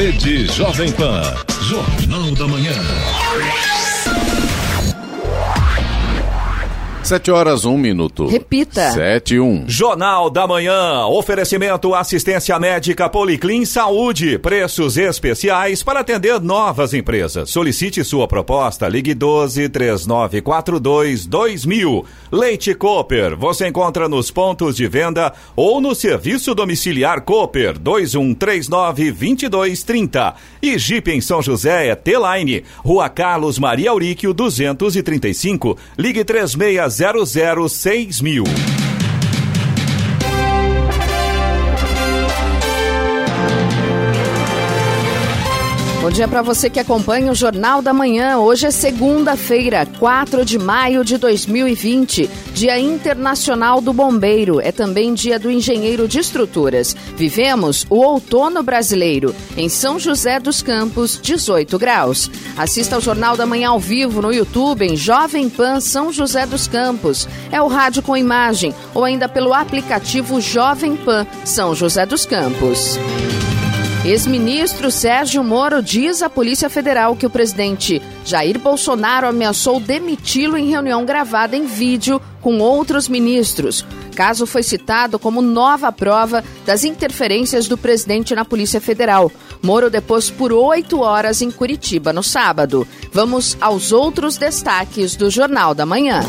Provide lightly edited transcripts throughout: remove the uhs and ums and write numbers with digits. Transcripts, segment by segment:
Rede Jovem Pan, Jornal da Manhã. 7h01. Repita. 7:01. Jornal da Manhã. Oferecimento assistência médica Policlin Saúde. Preços especiais para atender novas empresas. Solicite sua proposta. Ligue 12-3942-2000. Leite Cooper. Você encontra nos pontos de venda ou no serviço domiciliar Cooper 2139-2230. E Jeep em São José é T-Line. Rua Carlos Maria Auríquio 235. Ligue 36006000. Bom dia para você que acompanha o Jornal da Manhã. Hoje é segunda-feira, 4 de maio de 2020, Dia Internacional do Bombeiro. É também Dia do Engenheiro de Estruturas. Vivemos o outono brasileiro. Em São José dos Campos, 18 graus. Assista ao Jornal da Manhã ao vivo no YouTube em Jovem Pan São José dos Campos. É o rádio com imagem ou ainda pelo aplicativo Jovem Pan São José dos Campos. Ex-ministro Sérgio Moro diz à Polícia Federal que o presidente Jair Bolsonaro ameaçou demiti-lo em reunião gravada em vídeo com outros ministros. O caso foi citado como nova prova das interferências do presidente na Polícia Federal. Moro depôs por 8 horas em Curitiba no sábado. Vamos aos outros destaques do Jornal da Manhã.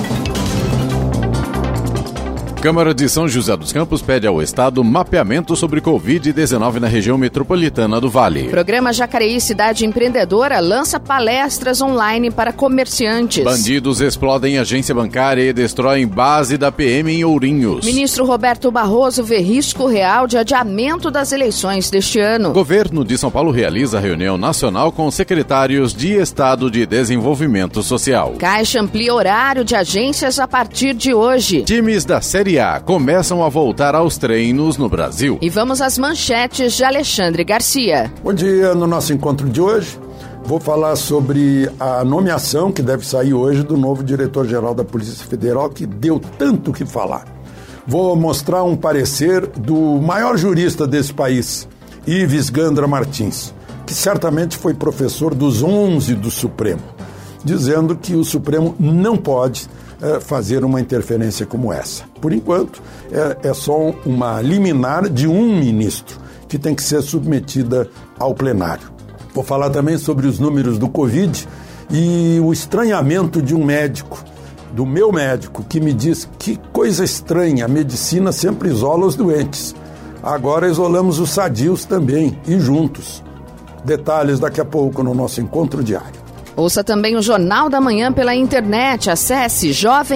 Câmara de São José dos Campos pede ao Estado mapeamento sobre Covid-19 na região metropolitana do Vale. Programa Jacareí Cidade Empreendedora lança palestras online para comerciantes. Bandidos explodem agência bancária e destroem base da PM em Ourinhos. Ministro Roberto Barroso vê risco real de adiamento das eleições deste ano. Governo de São Paulo realiza reunião nacional com secretários de Estado de Desenvolvimento Social. Caixa amplia horário de agências a partir de hoje. Times da Série A começam a voltar aos treinos no Brasil. E vamos às manchetes de Alexandre Garcia. Bom dia, no nosso encontro de hoje vou falar sobre a nomeação que deve sair hoje do novo diretor-geral da Polícia Federal, que deu tanto o que falar. Vou mostrar um parecer do maior jurista desse país, Ives Gandra Martins, que certamente foi professor dos 11 do Supremo, dizendo que o Supremo não pode fazer uma interferência como essa. Por enquanto, é só uma liminar de um ministro que tem que ser submetida ao plenário. Vou falar também sobre os números do Covid e o estranhamento de um médico, do meu médico, que me diz que coisa estranha, a medicina sempre isola os doentes. Agora isolamos os sadios também, e juntos. Detalhes daqui a pouco no nosso encontro diário. Ouça também o Jornal da Manhã pela internet. Acesse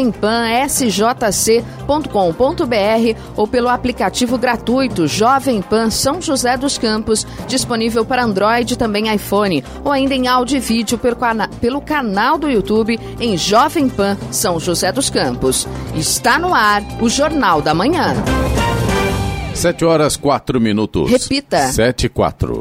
jovempansjc.com.br ou pelo aplicativo gratuito Jovem Pan São José dos Campos, disponível para Android e também iPhone, ou ainda em áudio e vídeo pelo canal do YouTube em Jovem Pan São José dos Campos. Está no ar o Jornal da Manhã. 7h04. Repita. 7:04.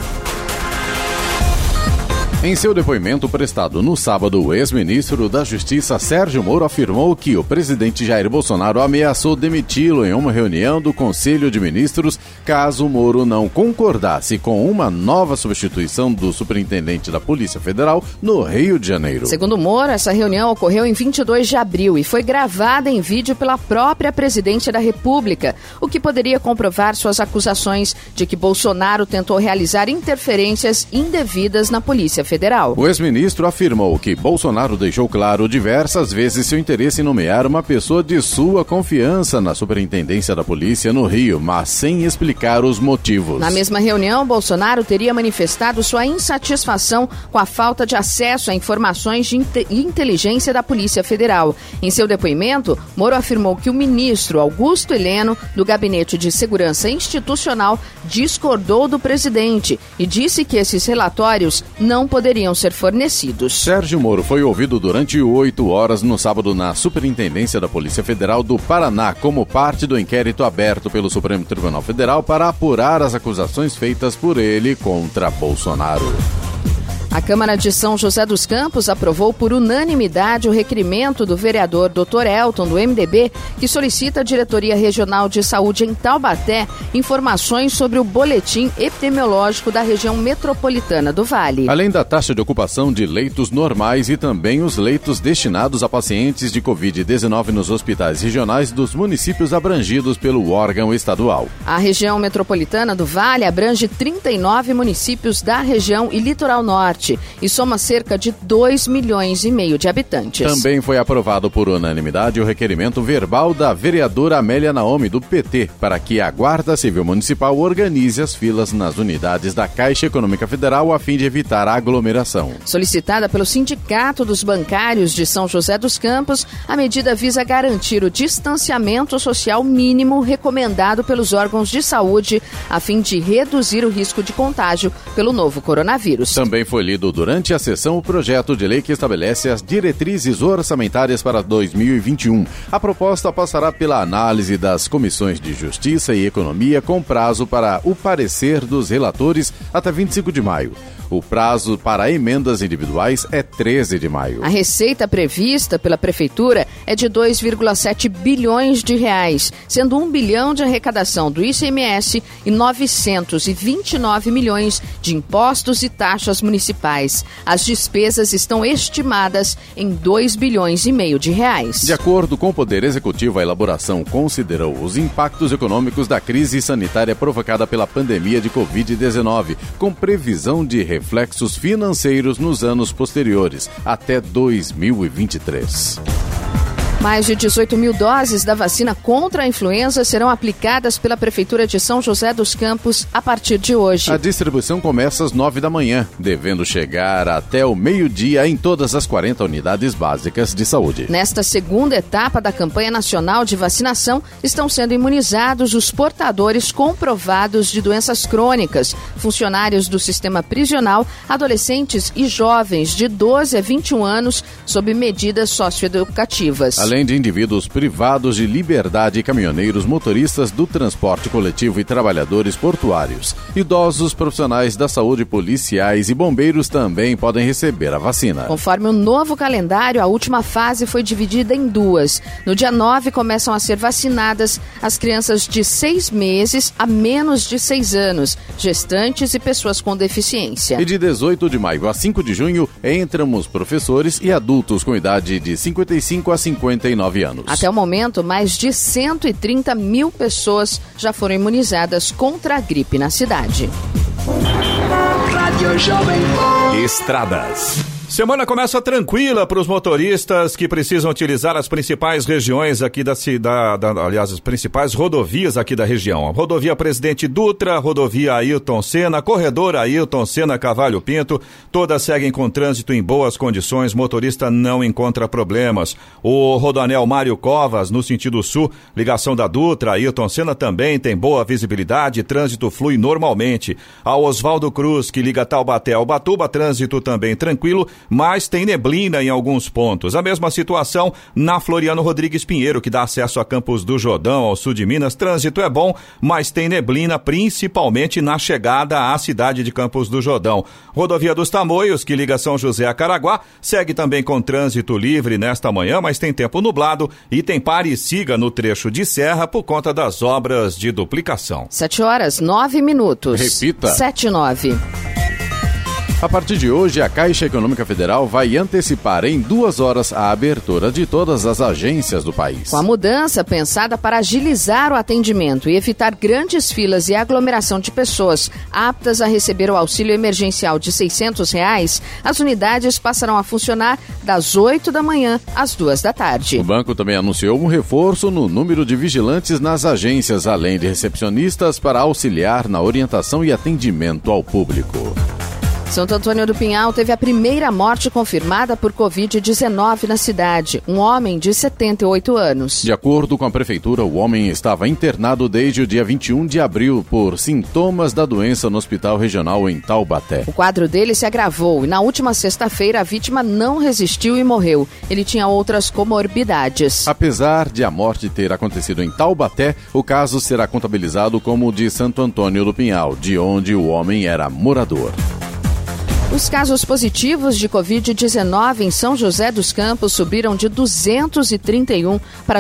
Em seu depoimento prestado no sábado, o ex-ministro da Justiça Sérgio Moro afirmou que o presidente Jair Bolsonaro ameaçou demiti-lo em uma reunião do Conselho de Ministros caso Moro não concordasse com uma nova substituição do superintendente da Polícia Federal no Rio de Janeiro. Segundo Moro, essa reunião ocorreu em 22 de abril e foi gravada em vídeo pela própria presidente da República, o que poderia comprovar suas acusações de que Bolsonaro tentou realizar interferências indevidas na Polícia Federal. O ex-ministro afirmou que Bolsonaro deixou claro diversas vezes seu interesse em nomear uma pessoa de sua confiança na superintendência da polícia no Rio, mas sem explicar os motivos. Na mesma reunião, Bolsonaro teria manifestado sua insatisfação com a falta de acesso a informações de inteligência da Polícia Federal. Em seu depoimento, Moro afirmou que o ministro Augusto Heleno, do Gabinete de Segurança Institucional, discordou do presidente e disse que esses relatórios não poderiam ser fornecidos. Sérgio Moro foi ouvido durante 8 horas no sábado na Superintendência da Polícia Federal do Paraná, como parte do inquérito aberto pelo Supremo Tribunal Federal para apurar as acusações feitas por ele contra Bolsonaro. A Câmara de São José dos Campos aprovou por unanimidade o requerimento do vereador Dr. Elton, do MDB, que solicita à Diretoria Regional de Saúde em Taubaté informações sobre o boletim epidemiológico da região metropolitana do Vale. Além da taxa de ocupação de leitos normais e também os leitos destinados a pacientes de Covid-19 nos hospitais regionais dos municípios abrangidos pelo órgão estadual. A região metropolitana do Vale abrange 39 municípios da região e litoral norte e soma cerca de 2,5 milhões de habitantes. Também foi aprovado por unanimidade o requerimento verbal da vereadora Amélia Naomi, do PT, para que a Guarda Civil Municipal organize as filas nas unidades da Caixa Econômica Federal a fim de evitar a aglomeração. Solicitada pelo Sindicato dos Bancários de São José dos Campos, a medida visa garantir o distanciamento social mínimo recomendado pelos órgãos de saúde a fim de reduzir o risco de contágio pelo novo coronavírus. Também foi lido durante a sessão o projeto de lei que estabelece as diretrizes orçamentárias para 2021. A proposta passará pela análise das comissões de Justiça e Economia com prazo para o parecer dos relatores até 25 de maio. O prazo para emendas individuais é 13 de maio. A receita prevista pela Prefeitura é de 2,7 bilhões de reais, sendo 1 bilhão de arrecadação do ICMS e 929 milhões de impostos e taxas municipais. As despesas estão estimadas em 2,5 bilhões de reais. De acordo com o Poder Executivo, a elaboração considerou os impactos econômicos da crise sanitária provocada pela pandemia de Covid-19, com previsão de reflexos financeiros nos anos posteriores, até 2023. Mais de 18 mil doses da vacina contra a influenza serão aplicadas pela Prefeitura de São José dos Campos a partir de hoje. A distribuição começa às 9 da manhã, devendo chegar até o meio-dia em todas as 40 unidades básicas de saúde. Nesta segunda etapa da campanha nacional de vacinação, estão sendo imunizados os portadores comprovados de doenças crônicas, funcionários do sistema prisional, adolescentes e jovens de 12 a 21 anos sob medidas socioeducativas. Além de indivíduos privados de liberdade e caminhoneiros, motoristas do transporte coletivo e trabalhadores portuários. Idosos, profissionais da saúde, policiais e bombeiros também podem receber a vacina. Conforme o novo calendário, a última fase foi dividida em duas. No dia 9 começam a ser vacinadas as crianças de 6 meses a menos de 6 anos, gestantes e pessoas com deficiência. E de 18 de maio a 5 de junho entram os professores e adultos com idade de 55 a 59 anos. Até o momento, mais de 130 mil pessoas já foram imunizadas contra a gripe na cidade. Estradas. Semana começa tranquila para os motoristas que precisam utilizar as principais regiões aqui da cidade, aliás, as principais rodovias aqui da região. Rodovia Presidente Dutra, rodovia Ailton Senna, corredor Ailton Senna Cavalho Pinto, todas seguem com trânsito em boas condições, motorista não encontra problemas. O rodoanel Mário Covas, no sentido sul, ligação da Dutra, Ailton Senna também tem boa visibilidade, trânsito flui normalmente. A Oswaldo Cruz, que liga Taubaté ao Ubatuba, trânsito também tranquilo, mas tem neblina em alguns pontos. A mesma situação na Floriano Rodrigues Pinheiro, que dá acesso a Campos do Jordão, ao sul de Minas. Trânsito é bom, mas tem neblina, principalmente na chegada à cidade de Campos do Jordão. Rodovia dos Tamoios, que liga São José a Caraguá, segue também com trânsito livre nesta manhã, mas tem tempo nublado e tem pare e siga no trecho de serra por conta das obras de duplicação. 7h09. Repita. 7h09. A partir de hoje, a Caixa Econômica Federal vai antecipar em 2 horas a abertura de todas as agências do país. Com a mudança pensada para agilizar o atendimento e evitar grandes filas e aglomeração de pessoas aptas a receber o auxílio emergencial de R$600, as unidades passarão a funcionar das 8 da manhã às 2 da tarde. O banco também anunciou um reforço no número de vigilantes nas agências, além de recepcionistas para auxiliar na orientação e atendimento ao público. Santo Antônio do Pinhal teve a primeira morte confirmada por Covid-19 na cidade, um homem de 78 anos. De acordo com a prefeitura, o homem estava internado desde o dia 21 de abril por sintomas da doença no Hospital Regional em Taubaté. O quadro dele se agravou e na última sexta-feira a vítima não resistiu e morreu. Ele tinha outras comorbidades. Apesar de a morte ter acontecido em Taubaté, o caso será contabilizado como o de Santo Antônio do Pinhal, de onde o homem era morador. Os casos positivos de Covid-19 em São José dos Campos subiram de 231 para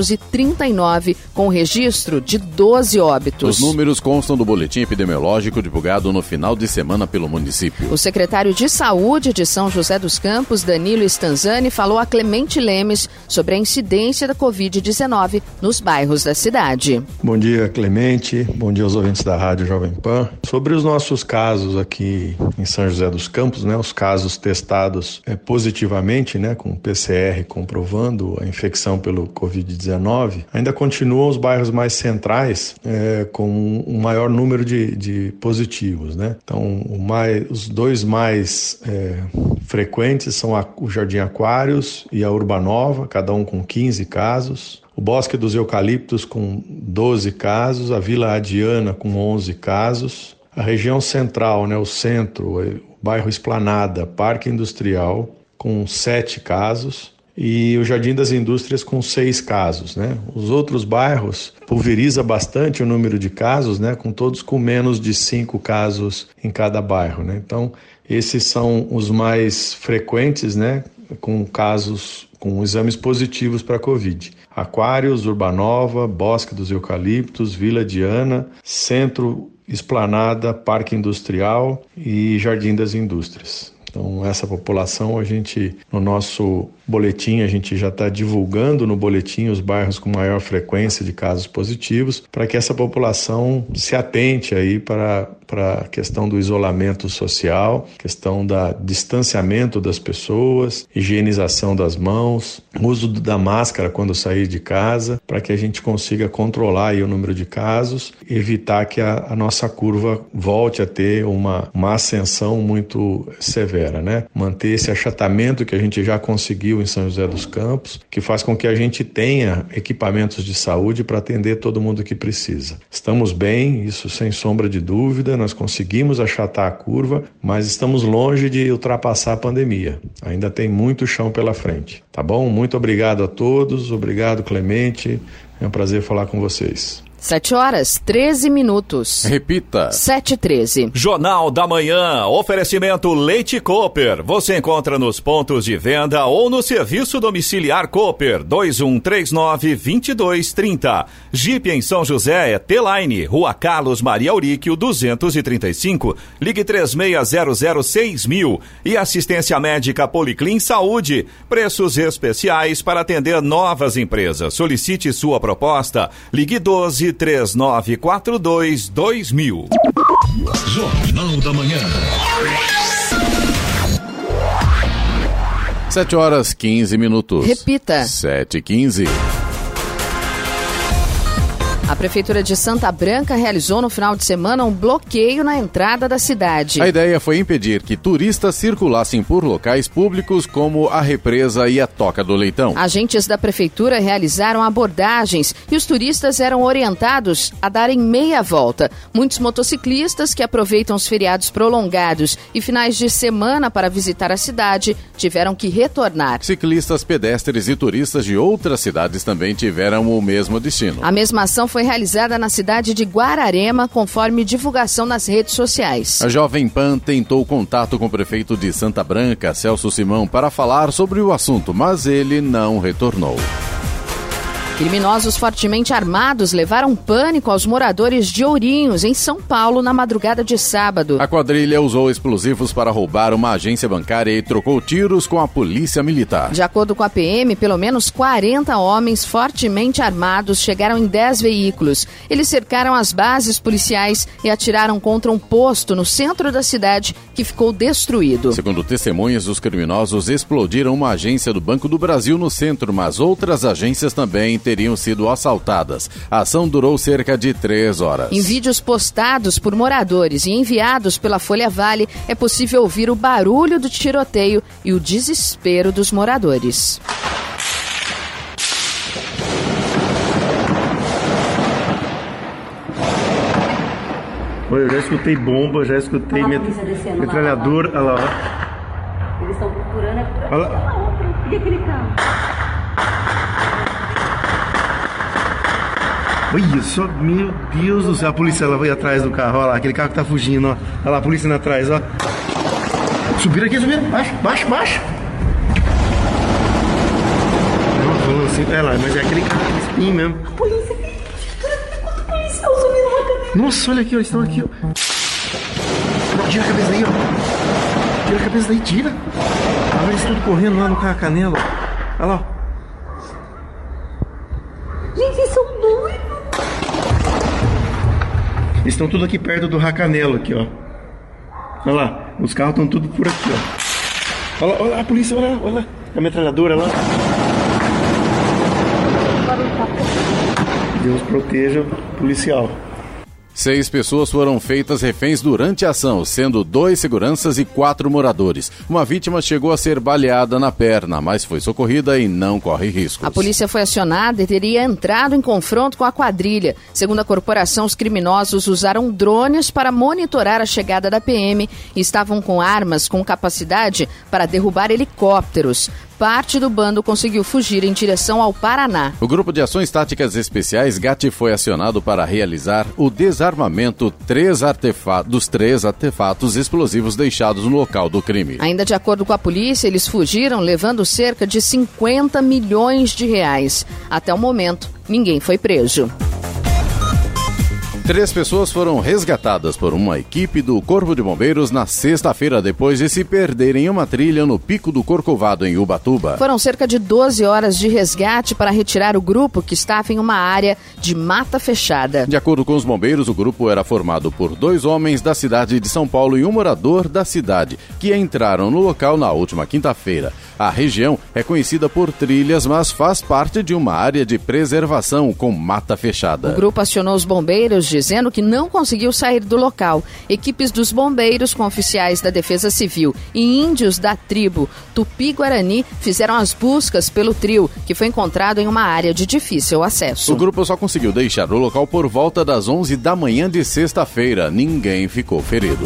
239, com registro de 12 óbitos. Os números constam do boletim epidemiológico divulgado no final de semana pelo município. O secretário de Saúde de São José dos Campos, Danilo Stanzani, falou a Clemente Lemes sobre a incidência da Covid-19 nos bairros da cidade. Bom dia, Clemente. Bom dia aos ouvintes da Rádio Jovem Pan. Sobre os nossos casos aqui em São José dos Campos, né, os casos testados positivamente, né, com PCR comprovando a infecção pelo Covid-19, ainda continuam os bairros mais centrais com um maior número de positivos, né? Então, os dois mais frequentes são o Jardim Aquários e a Urbanova, cada um com 15 casos. O Bosque dos Eucaliptos com 12 casos, a Vila Adiana com 11 casos. A região central, né, o centro, o bairro Esplanada, Parque Industrial, com 7 casos. E o Jardim das Indústrias com 6 casos, né? Os outros bairros pulveriza bastante o número de casos, né? Com todos com menos de 5 casos em cada bairro, né? Então, esses são os mais frequentes, né? Com casos, com exames positivos para Covid. Aquários, Urbanova, Bosque dos Eucaliptos, Vila Diana, Centro, Esplanada, Parque Industrial e Jardim das Indústrias. Então, essa população, no nosso boletim, a gente já está divulgando no boletim os bairros com maior frequência de casos positivos, para que essa população se atente aí para a questão do isolamento social, questão do distanciamento das pessoas, higienização das mãos, uso da máscara quando sair de casa, para que a gente consiga controlar aí o número de casos e evitar que a nossa curva volte a ter uma ascensão muito severa, né? Manter esse achatamento que a gente já conseguiu em São José dos Campos, que faz com que a gente tenha equipamentos de saúde para atender todo mundo que precisa. Estamos bem, isso sem sombra de dúvida, nós conseguimos achatar a curva, mas estamos longe de ultrapassar a pandemia. Ainda tem muito chão pela frente, tá bom? Muito obrigado a todos, obrigado, Clemente, é um prazer falar com vocês. 7h13. Repita. 7h13. Jornal da Manhã. Oferecimento Leite Cooper. Você encontra nos pontos de venda ou no serviço domiciliar Cooper 2139-2230. Jeep em São José é T-Line, Rua Carlos Maria Auríquio 235. Ligue 36006000. E assistência médica Policlin Saúde. Preços especiais para atender novas empresas. Solicite sua proposta. Ligue 123942-2000. Jornal da Manhã. 7h15. Repita. 7h15. A Prefeitura de Santa Branca realizou no final de semana um bloqueio na entrada da cidade. A ideia foi impedir que turistas circulassem por locais públicos como a represa e a Toca do Leitão. Agentes da Prefeitura realizaram abordagens e os turistas eram orientados a darem meia volta. Muitos motociclistas que aproveitam os feriados prolongados e finais de semana para visitar a cidade tiveram que retornar. Ciclistas, pedestres e turistas de outras cidades também tiveram o mesmo destino. A mesma ação foi realizada na cidade de Guararema, conforme divulgação nas redes sociais. A Jovem Pan tentou contato com o prefeito de Santa Branca, Celso Simão, para falar sobre o assunto, mas ele não retornou. Criminosos fortemente armados levaram pânico aos moradores de Ourinhos, em São Paulo, na madrugada de sábado. A quadrilha usou explosivos para roubar uma agência bancária e trocou tiros com a polícia militar. De acordo com a PM, pelo menos 40 homens fortemente armados chegaram em 10 veículos. Eles cercaram as bases policiais e atiraram contra um posto no centro da cidade que ficou destruído. Segundo testemunhas, os criminosos explodiram uma agência do Banco do Brasil no centro, mas outras agências também teriam sido assaltadas. A ação durou cerca de 3 horas. Em vídeos postados por moradores e enviados pela Folha Vale, é possível ouvir o barulho do tiroteio e o desespero dos moradores. Eu já escutei bomba, já escutei metralhador. Olha lá, ó. Eles estão procurando, Olha lá. E aquele carro? Olha só, meu Deus do céu, a polícia ela vai atrás do carro, olha lá, aquele carro que tá fugindo, ó. Olha lá, a polícia indo atrás, ó. Subiram aqui, subiram. Baixa. Não, falando assim, lá, mas é aquele cara, aquele espinho mesmo. A polícia, policial subindo na cabeça. Nossa, olha aqui, eles estão aqui, ó. Não, tira a cabeça daí, ó. Tira a cabeça daí, tira. Olha eles tudo correndo lá no Canela, ó. Olha lá, ó. Gente, vocês são doidos. Eles estão tudo aqui perto do Racanelo, aqui, ó. Olha lá, os carros estão tudo por aqui, ó. Olha a polícia, olha a metralhadora lá. Deus proteja o policial. 6 pessoas foram feitas reféns durante a ação, sendo 2 seguranças e 4 moradores. Uma vítima chegou a ser baleada na perna, mas foi socorrida e não corre riscos. A polícia foi acionada e teria entrado em confronto com a quadrilha. Segundo a corporação, os criminosos usaram drones para monitorar a chegada da PM e estavam com armas com capacidade para derrubar helicópteros. Parte do bando conseguiu fugir em direção ao Paraná. O Grupo de Ações Táticas Especiais GAT foi acionado para realizar o desarmamento dos 3 artefatos explosivos deixados no local do crime. Ainda de acordo com a polícia, eles fugiram levando cerca de 50 milhões de reais. Até o momento, ninguém foi preso. 3 pessoas foram resgatadas por uma equipe do Corpo de Bombeiros na sexta-feira, depois de se perderem em uma trilha no Pico do Corcovado, em Ubatuba. Foram cerca de 12 horas de resgate para retirar o grupo que estava em uma área de mata fechada. De acordo com os bombeiros, o grupo era formado por 2 homens da cidade de São Paulo e um morador da cidade, que entraram no local na última quinta-feira. A região é conhecida por trilhas, mas faz parte de uma área de preservação com mata fechada. O grupo acionou os bombeiros, dizendo que não conseguiu sair do local. Equipes dos bombeiros com oficiais da Defesa Civil e índios da tribo Tupi-Guarani fizeram as buscas pelo trio, que foi encontrado em uma área de difícil acesso. O grupo só conseguiu deixar o local por volta das 11 da manhã de sexta-feira. Ninguém ficou ferido.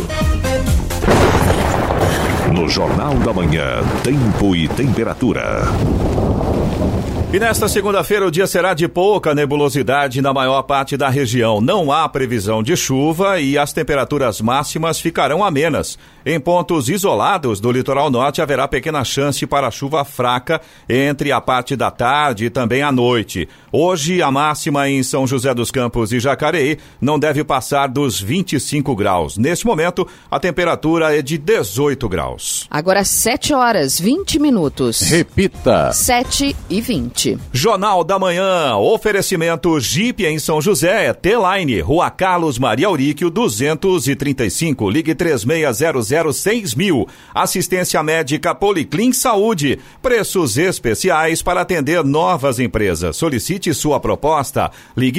No Jornal da Manhã, tempo e temperatura. E nesta segunda-feira o dia será de pouca nebulosidade na maior parte da região. Não há previsão de chuva e as temperaturas máximas ficarão amenas. Em pontos isolados do litoral norte haverá pequena chance para chuva fraca entre a parte da tarde e também à noite. Hoje a máxima em São José dos Campos e Jacareí não deve passar dos 25 graus. Neste momento a temperatura é de 18 graus. Agora 7 horas 20 minutos. Repita. 7h20. Jornal da Manhã, oferecimento Jeep em São José, T-Line, Rua Carlos Maria Auríquio, 235, ligue 36006000. Assistência médica Policlin Saúde, preços especiais para atender novas empresas. Solicite sua proposta, ligue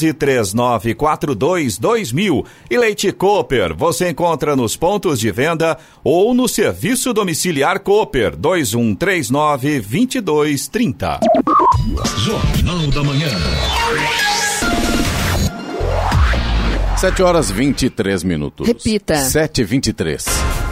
1239422000. E Leite Cooper, você encontra nos pontos de venda ou no serviço domiciliar Cooper, 2139-2230. Jornal da Manhã. 7 horas 23 minutos. Repita. 7h23.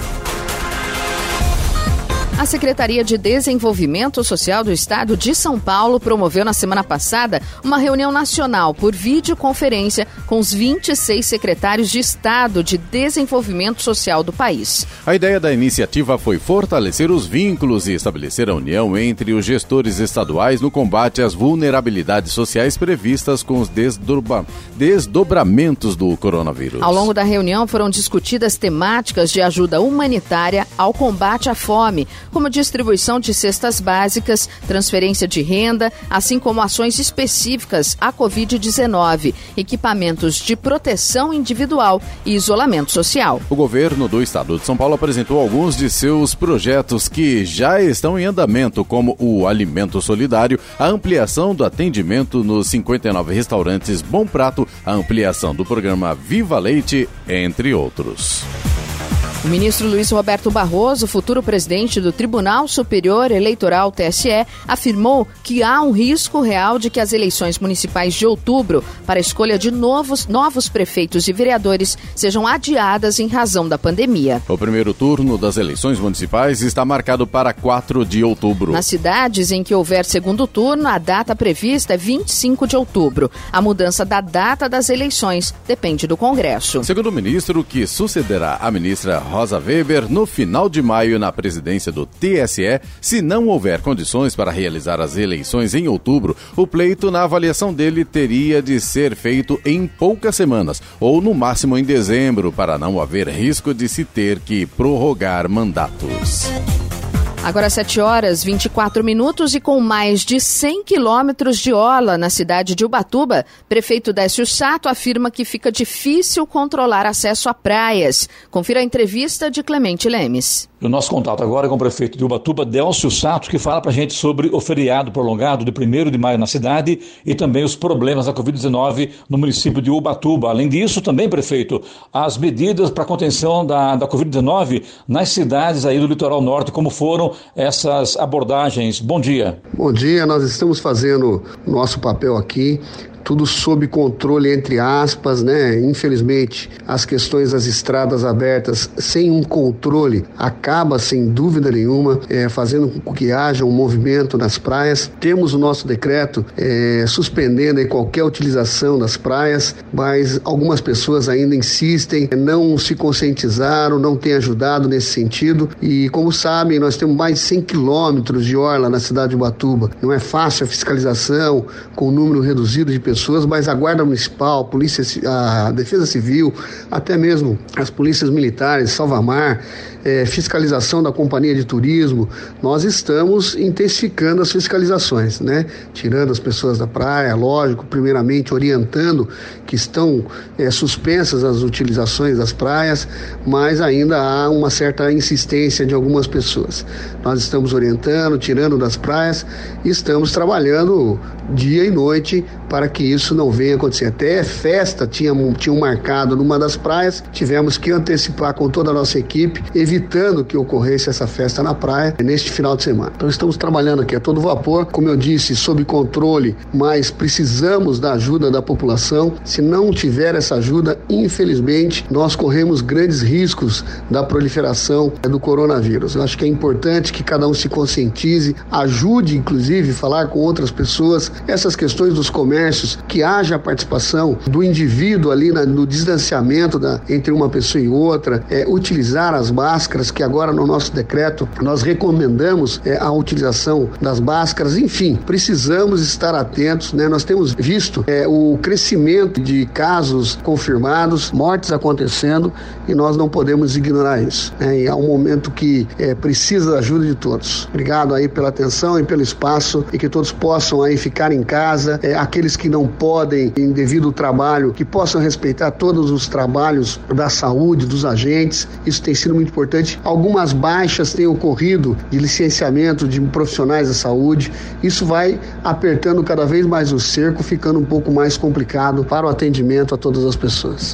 A Secretaria de Desenvolvimento Social do Estado de São Paulo promoveu na semana passada uma reunião nacional por videoconferência com os 26 secretários de Estado de Desenvolvimento Social do país. A ideia da iniciativa foi fortalecer os vínculos e estabelecer a união entre os gestores estaduais no combate às vulnerabilidades sociais previstas com os desdobramentos do coronavírus. Ao longo da reunião foram discutidas temáticas de ajuda humanitária ao combate à fome, como distribuição de cestas básicas, transferência de renda, assim como ações específicas à Covid-19, equipamentos de proteção individual e isolamento social. O governo do estado de São Paulo apresentou alguns de seus projetos que já estão em andamento, como o Alimento Solidário, a ampliação do atendimento nos 59 restaurantes Bom Prato, a ampliação do programa Viva Leite, entre outros. O ministro Luiz Roberto Barroso, futuro presidente do Tribunal Superior Eleitoral, TSE, afirmou que há um risco real de que as eleições municipais de outubro para a escolha de novos prefeitos e vereadores sejam adiadas em razão da pandemia. O primeiro turno das eleições municipais está marcado para 4 de outubro. Nas cidades em que houver segundo turno, a data prevista é 25 de outubro. A mudança da data das eleições depende do Congresso. Segundo o ministro, que sucederá a ministra Rosa Weber no final de maio na presidência do TSE, se não houver condições para realizar as eleições em outubro. O pleito, na avaliação dele, teria de ser feito em poucas semanas, ou no máximo em dezembro, para não haver risco de se ter que prorrogar mandatos. Agora 7h24 e com mais de 100 quilômetros de orla na cidade de Ubatuba, prefeito Décio Sato afirma que fica difícil controlar acesso a praias. Confira a entrevista de Clemente Lemes. O nosso contato agora é com o prefeito de Ubatuba, Décio Sato, que fala pra gente sobre o feriado prolongado de 1º de maio na cidade e também os problemas da Covid-19 no município de Ubatuba. Além disso, também, prefeito, as medidas para contenção da Covid-19 nas cidades aí do litoral norte, como foram essas abordagens. Bom dia. Bom dia, nós estamos fazendo nosso papel aqui, tudo sob controle, entre aspas, né? Infelizmente, as questões das estradas abertas, sem um controle, acaba, sem dúvida nenhuma, fazendo com que haja um movimento nas praias. Temos o nosso decreto suspendendo aí qualquer utilização das praias, mas algumas pessoas ainda insistem, não se conscientizaram, não têm ajudado nesse sentido. E, como sabem, nós temos mais de 100 quilômetros de orla na cidade de Ubatuba. Não é fácil a fiscalização com um número reduzido de pessoas, mas a Guarda Municipal, a Defesa Civil, até mesmo as polícias militares, Salvamar, fiscalização da Companhia de Turismo, nós estamos intensificando as fiscalizações, né? Tirando as pessoas da praia, lógico, primeiramente orientando que estão suspensas as utilizações das praias, mas ainda há uma certa insistência de algumas pessoas. Nós estamos orientando, tirando das praias e estamos trabalhando dia e noite para que isso não venha acontecer. Até festa tinham marcado numa das praias, tivemos que antecipar com toda a nossa equipe, evitando que ocorresse essa festa na praia neste final de semana. Então estamos trabalhando aqui a todo vapor, como eu disse, sob controle, mas precisamos da ajuda da população. Se não tiver essa ajuda, infelizmente, nós corremos grandes riscos da proliferação do coronavírus. Eu acho que é importante que cada um se conscientize, ajude, inclusive, falar com outras pessoas, essas questões dos comércios, que haja a participação do indivíduo ali no distanciamento entre uma pessoa e outra, utilizar as máscaras, que agora no nosso decreto nós recomendamos a utilização das máscaras. Enfim, precisamos estar atentos, né? Nós temos visto o crescimento de casos confirmados, mortes acontecendo, e nós não podemos ignorar isso, né? E é um momento que precisa da ajuda de todos. Obrigado aí pela atenção e pelo espaço, e que todos possam aí ficar em casa, aqueles que não podem, em devido ao trabalho, que possam respeitar todos os trabalhos da saúde, dos agentes. Isso tem sido muito importante. Algumas baixas têm ocorrido de licenciamento de profissionais da saúde. Isso vai apertando cada vez mais o cerco, ficando um pouco mais complicado para o atendimento a todas as pessoas.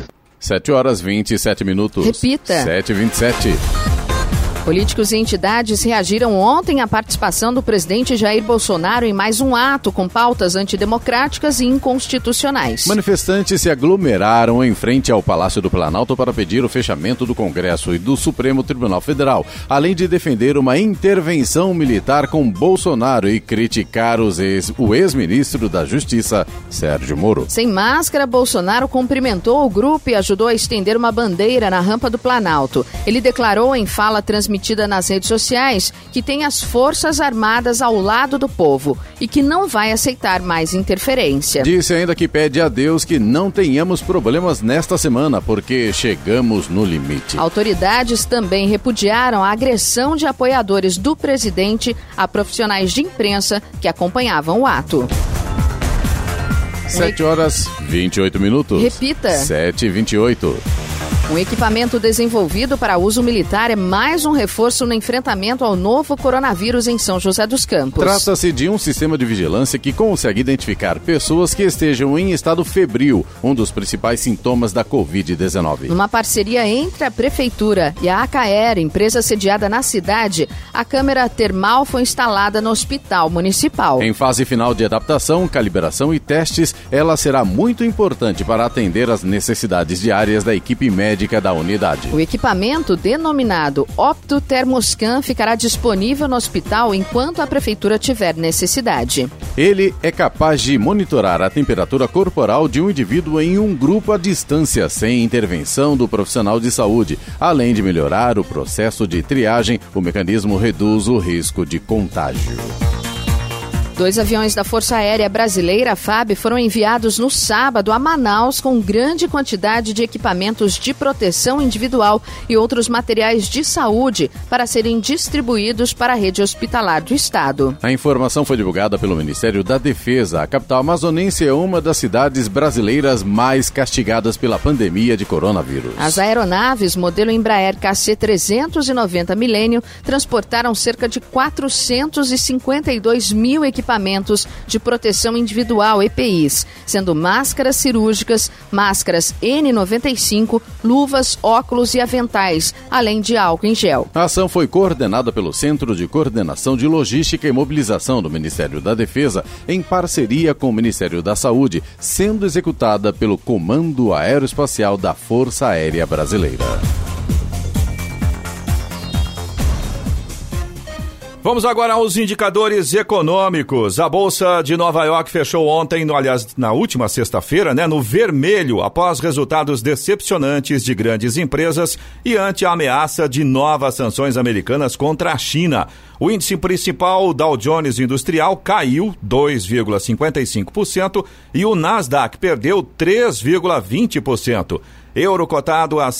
7h27. Repita. 7h27. Políticos e entidades reagiram ontem à participação do presidente Jair Bolsonaro em mais um ato com pautas antidemocráticas e inconstitucionais. Manifestantes se aglomeraram em frente ao Palácio do Planalto para pedir o fechamento do Congresso e do Supremo Tribunal Federal, além de defender uma intervenção militar com Bolsonaro e criticar o ex-ministro da Justiça, Sérgio Moro. Sem máscara, Bolsonaro cumprimentou o grupo e ajudou a estender uma bandeira na rampa do Planalto. Ele declarou em fala transmitida nas redes sociais que tem as Forças Armadas ao lado do povo e que não vai aceitar mais interferência. Disse ainda que pede a Deus que não tenhamos problemas nesta semana, porque chegamos no limite. Autoridades também repudiaram a agressão de apoiadores do presidente a profissionais de imprensa que acompanhavam o ato. 7h28. Repita. 7h28. Um equipamento desenvolvido para uso militar é mais um reforço no enfrentamento ao novo coronavírus em São José dos Campos. Trata-se de um sistema de vigilância que consegue identificar pessoas que estejam em estado febril, um dos principais sintomas da Covid-19. Numa parceria entre a Prefeitura e a Acaer, empresa sediada na cidade, a câmera termal foi instalada no Hospital Municipal. Em fase final de adaptação, calibração e testes, ela será muito importante para atender às necessidades diárias da equipe médica médica da unidade. O equipamento denominado Optotermoscan ficará disponível no hospital enquanto a prefeitura tiver necessidade. Ele é capaz de monitorar a temperatura corporal de um indivíduo em um grupo à distância, sem intervenção do profissional de saúde. Além de melhorar o processo de triagem, o mecanismo reduz o risco de contágio. 2 aviões da Força Aérea Brasileira, a FAB, foram enviados no sábado a Manaus com grande quantidade de equipamentos de proteção individual e outros materiais de saúde para serem distribuídos para a rede hospitalar do estado. A informação foi divulgada pelo Ministério da Defesa. A capital amazonense é uma das cidades brasileiras mais castigadas pela pandemia de coronavírus. As aeronaves modelo Embraer KC-390 Millennium transportaram cerca de 452 mil equipamentos de proteção individual, EPIs, sendo máscaras cirúrgicas, máscaras N95, luvas, óculos e aventais, além de álcool em gel. A ação foi coordenada pelo Centro de Coordenação de Logística e Mobilização do Ministério da Defesa, em parceria com o Ministério da Saúde, sendo executada pelo Comando Aeroespacial da Força Aérea Brasileira. Vamos agora aos indicadores econômicos. A Bolsa de Nova York fechou ontem, na última sexta-feira, no vermelho, após resultados decepcionantes de grandes empresas e ante a ameaça de novas sanções americanas contra a China. O índice principal, Dow Jones Industrial, caiu 2,55% e o Nasdaq perdeu 3,20%. Euro cotado a R$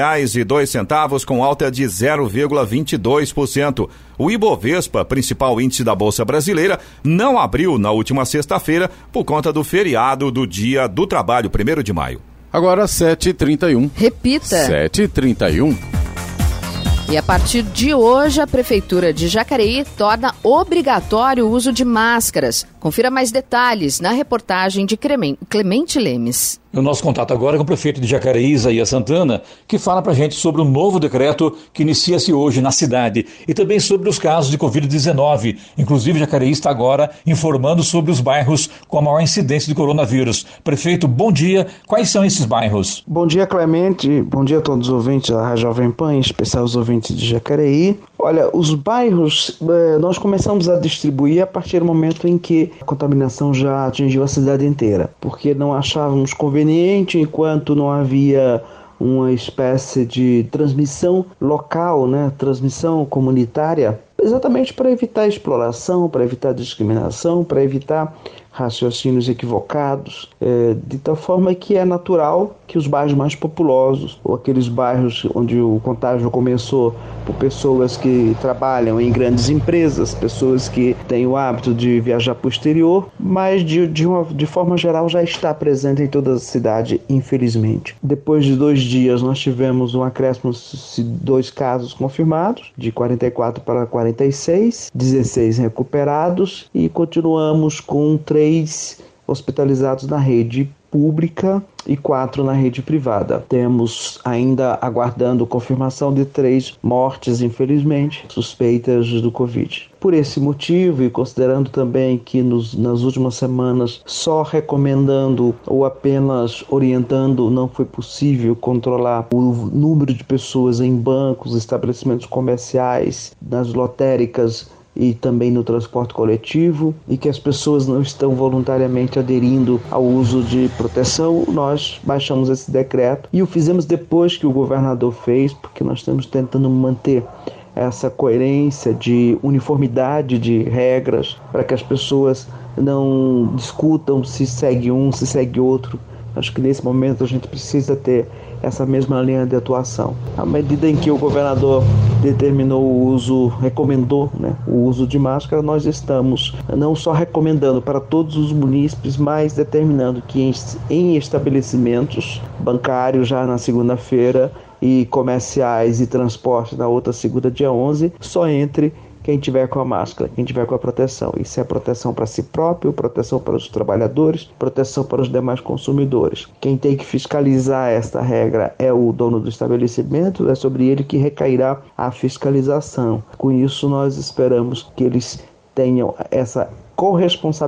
6,02 com alta de 0,22%. O Ibovespa, principal índice da Bolsa Brasileira, não abriu na última sexta-feira por conta do feriado do Dia do Trabalho, 1º de maio. Agora 7h31. Repita. 7h31. E a partir de hoje, a Prefeitura de Jacareí torna obrigatório o uso de máscaras. Confira mais detalhes na reportagem de Clemente Lemes. O nosso contato agora é com o prefeito de Jacareí, Isaías Santana, que fala para a gente sobre o novo decreto que inicia-se hoje na cidade e também sobre os casos de Covid-19. Inclusive, Jacareí está agora informando sobre os bairros com a maior incidência de coronavírus. Prefeito, bom dia. Quais são esses bairros? Bom dia, Clemente. Bom dia a todos os ouvintes da Rádio Jovem Pan, em especial os ouvintes de Jacareí. Olha, os bairros nós começamos a distribuir a partir do momento em que a contaminação já atingiu a cidade inteira, porque não achávamos conveniente, enquanto não havia uma espécie de transmissão local, transmissão comunitária, exatamente para evitar exploração, para evitar discriminação, para evitar raciocínios equivocados, de tal forma que é natural que os bairros mais populosos, ou aqueles bairros onde o contágio começou por pessoas que trabalham em grandes empresas, pessoas que têm o hábito de viajar para o exterior, mas de forma geral já está presente em toda a cidade, infelizmente. Depois de 2 dias nós tivemos um acréscimo de 2 casos confirmados, de 44 para 46, 16 recuperados e continuamos com 3 hospitalizados na rede pública e 4 na rede privada. Temos ainda aguardando confirmação de 3 mortes, infelizmente, suspeitas do Covid. Por esse motivo e considerando também que nas últimas semanas só recomendando ou apenas orientando não foi possível controlar o número de pessoas em bancos, estabelecimentos comerciais, nas lotéricas e também no transporte coletivo, e que as pessoas não estão voluntariamente aderindo ao uso de proteção, nós baixamos esse decreto e o fizemos depois que o governador fez, porque nós estamos tentando manter essa coerência de uniformidade de regras para que as pessoas não discutam se segue um, se segue outro. Acho que nesse momento a gente precisa ter essa mesma linha de atuação. À medida em que o governador determinou o uso, recomendou o uso de máscara, nós estamos não só recomendando para todos os munícipes, mas determinando que em estabelecimentos bancários já na segunda-feira e comerciais e transporte na outra segunda, dia 11, só entre quem tiver com a máscara, quem tiver com a proteção. Isso é proteção para si próprio, proteção para os trabalhadores, proteção para os demais consumidores. Quem tem que fiscalizar esta regra é o dono do estabelecimento, é sobre ele que recairá a fiscalização. Com isso, nós esperamos que eles tenham essa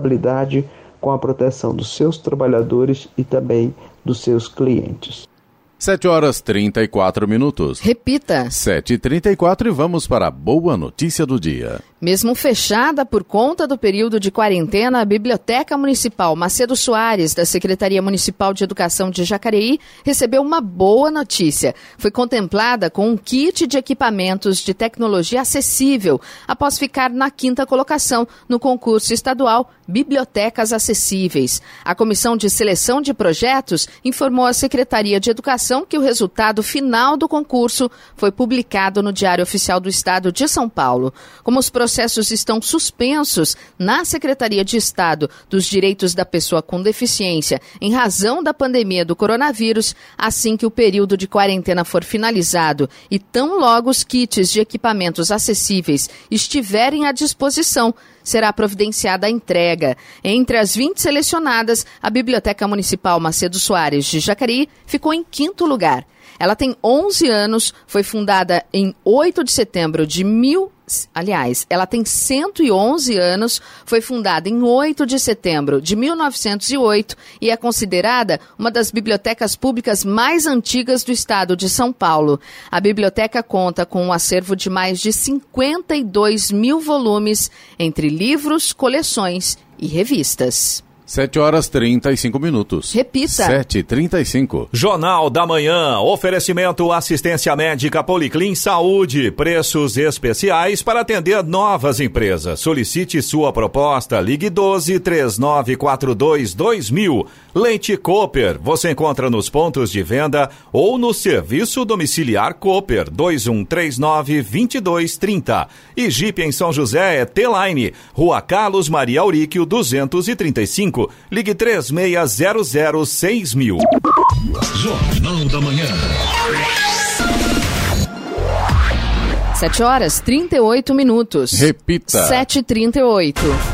corresponsabilidade com a proteção dos seus trabalhadores e também dos seus clientes. 7h34. Repita. 7h34 e vamos para a boa notícia do dia. Mesmo fechada por conta do período de quarentena, a Biblioteca Municipal Macedo Soares, da Secretaria Municipal de Educação de Jacareí, recebeu uma boa notícia. Foi contemplada com um kit de equipamentos de tecnologia acessível, após ficar na 5ª colocação no concurso estadual Bibliotecas Acessíveis. A Comissão de Seleção de Projetos informou à Secretaria de Educação que o resultado final do concurso foi publicado no Diário Oficial do Estado de São Paulo. Como os processos estão suspensos na Secretaria de Estado dos Direitos da Pessoa com Deficiência em razão da pandemia do coronavírus, assim que o período de quarentena for finalizado e tão logo os kits de equipamentos acessíveis estiverem à disposição, será providenciada a entrega. Entre as 20 selecionadas, a Biblioteca Municipal Macedo Soares de Jacareí ficou em 5º lugar. Ela tem 11 anos, foi fundada em 8 de setembro de ela tem 111 anos, foi fundada em 8 de setembro de 1908 e é considerada uma das bibliotecas públicas mais antigas do estado de São Paulo. A biblioteca conta com um acervo de mais de 52 mil volumes, entre livros, coleções e revistas. 7h35. Repita. 7h35. Jornal da Manhã. Oferecimento assistência médica Policlin Saúde. Preços especiais para atender novas empresas. Solicite sua proposta. Ligue 12-3942-2000. Leite Cooper. Você encontra nos pontos de venda ou no serviço domiciliar Cooper 2139-2230. E Jeep em São José é T-Line. Rua Carlos Maria Auríquio 235. Ligue 36006000. Jornal da Manhã. 7h38. Repita. 7h38.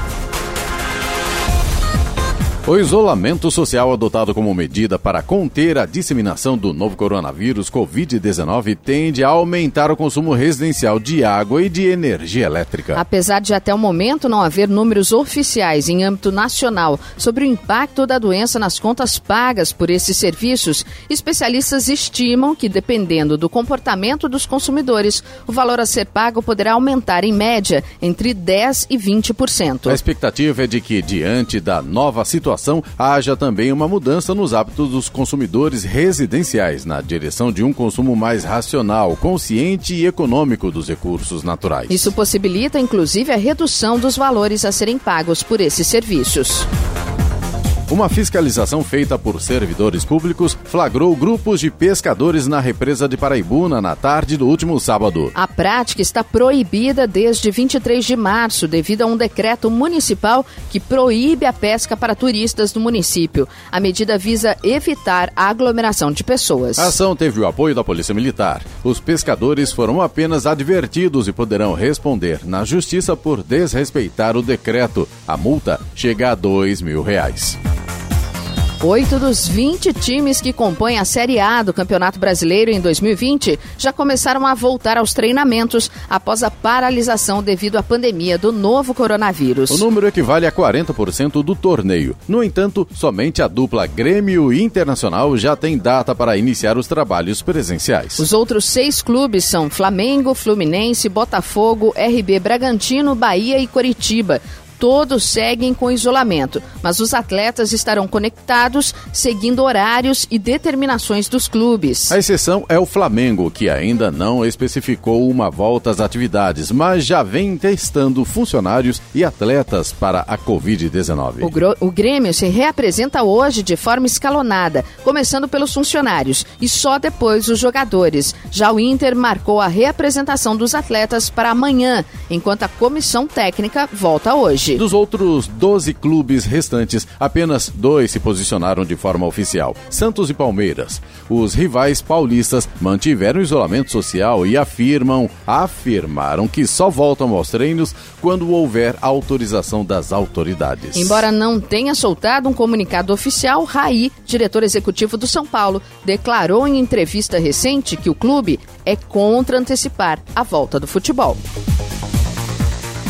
O isolamento social adotado como medida para conter a disseminação do novo coronavírus Covid-19 tende a aumentar o consumo residencial de água e de energia elétrica. Apesar de até o momento não haver números oficiais em âmbito nacional sobre o impacto da doença nas contas pagas por esses serviços, especialistas estimam que, dependendo do comportamento dos consumidores, o valor a ser pago poderá aumentar em média entre 10% e 20%. A expectativa é de que, diante da nova situação, haja também uma mudança nos hábitos dos consumidores residenciais na direção de um consumo mais racional, consciente e econômico dos recursos naturais. Isso possibilita, inclusive, a redução dos valores a serem pagos por esses serviços. Uma fiscalização feita por servidores públicos flagrou grupos de pescadores na represa de Paraibuna na tarde do último sábado. A prática está proibida desde 23 de março, devido a um decreto municipal que proíbe a pesca para turistas do município. A medida visa evitar a aglomeração de pessoas. A ação teve o apoio da Polícia Militar. Os pescadores foram apenas advertidos e poderão responder na Justiça por desrespeitar o decreto. A multa chega a R$2.000. 8 dos 20 times que compõem a Série A do Campeonato Brasileiro em 2020 já começaram a voltar aos treinamentos após a paralisação devido à pandemia do novo coronavírus. O número equivale a 40% do torneio. No entanto, somente a dupla Grêmio e Internacional já tem data para iniciar os trabalhos presenciais. Os outros 6 clubes são Flamengo, Fluminense, Botafogo, RB Bragantino, Bahia e Coritiba. Todos seguem com isolamento, mas os atletas estarão conectados, seguindo horários e determinações dos clubes. A exceção é o Flamengo, que ainda não especificou uma volta às atividades, mas já vem testando funcionários e atletas para a Covid-19. O Grêmio se reapresenta hoje de forma escalonada, começando pelos funcionários e só depois os jogadores. Já o Inter marcou a reapresentação dos atletas para amanhã, enquanto a comissão técnica volta hoje. Dos outros 12 clubes restantes, apenas 2 se posicionaram de forma oficial: Santos e Palmeiras. Os rivais paulistas mantiveram isolamento social e afirmaram que só voltam aos treinos quando houver autorização das autoridades. Embora não tenha soltado um comunicado oficial, Raí, diretor executivo do São Paulo, declarou em entrevista recente que o clube é contra antecipar a volta do futebol.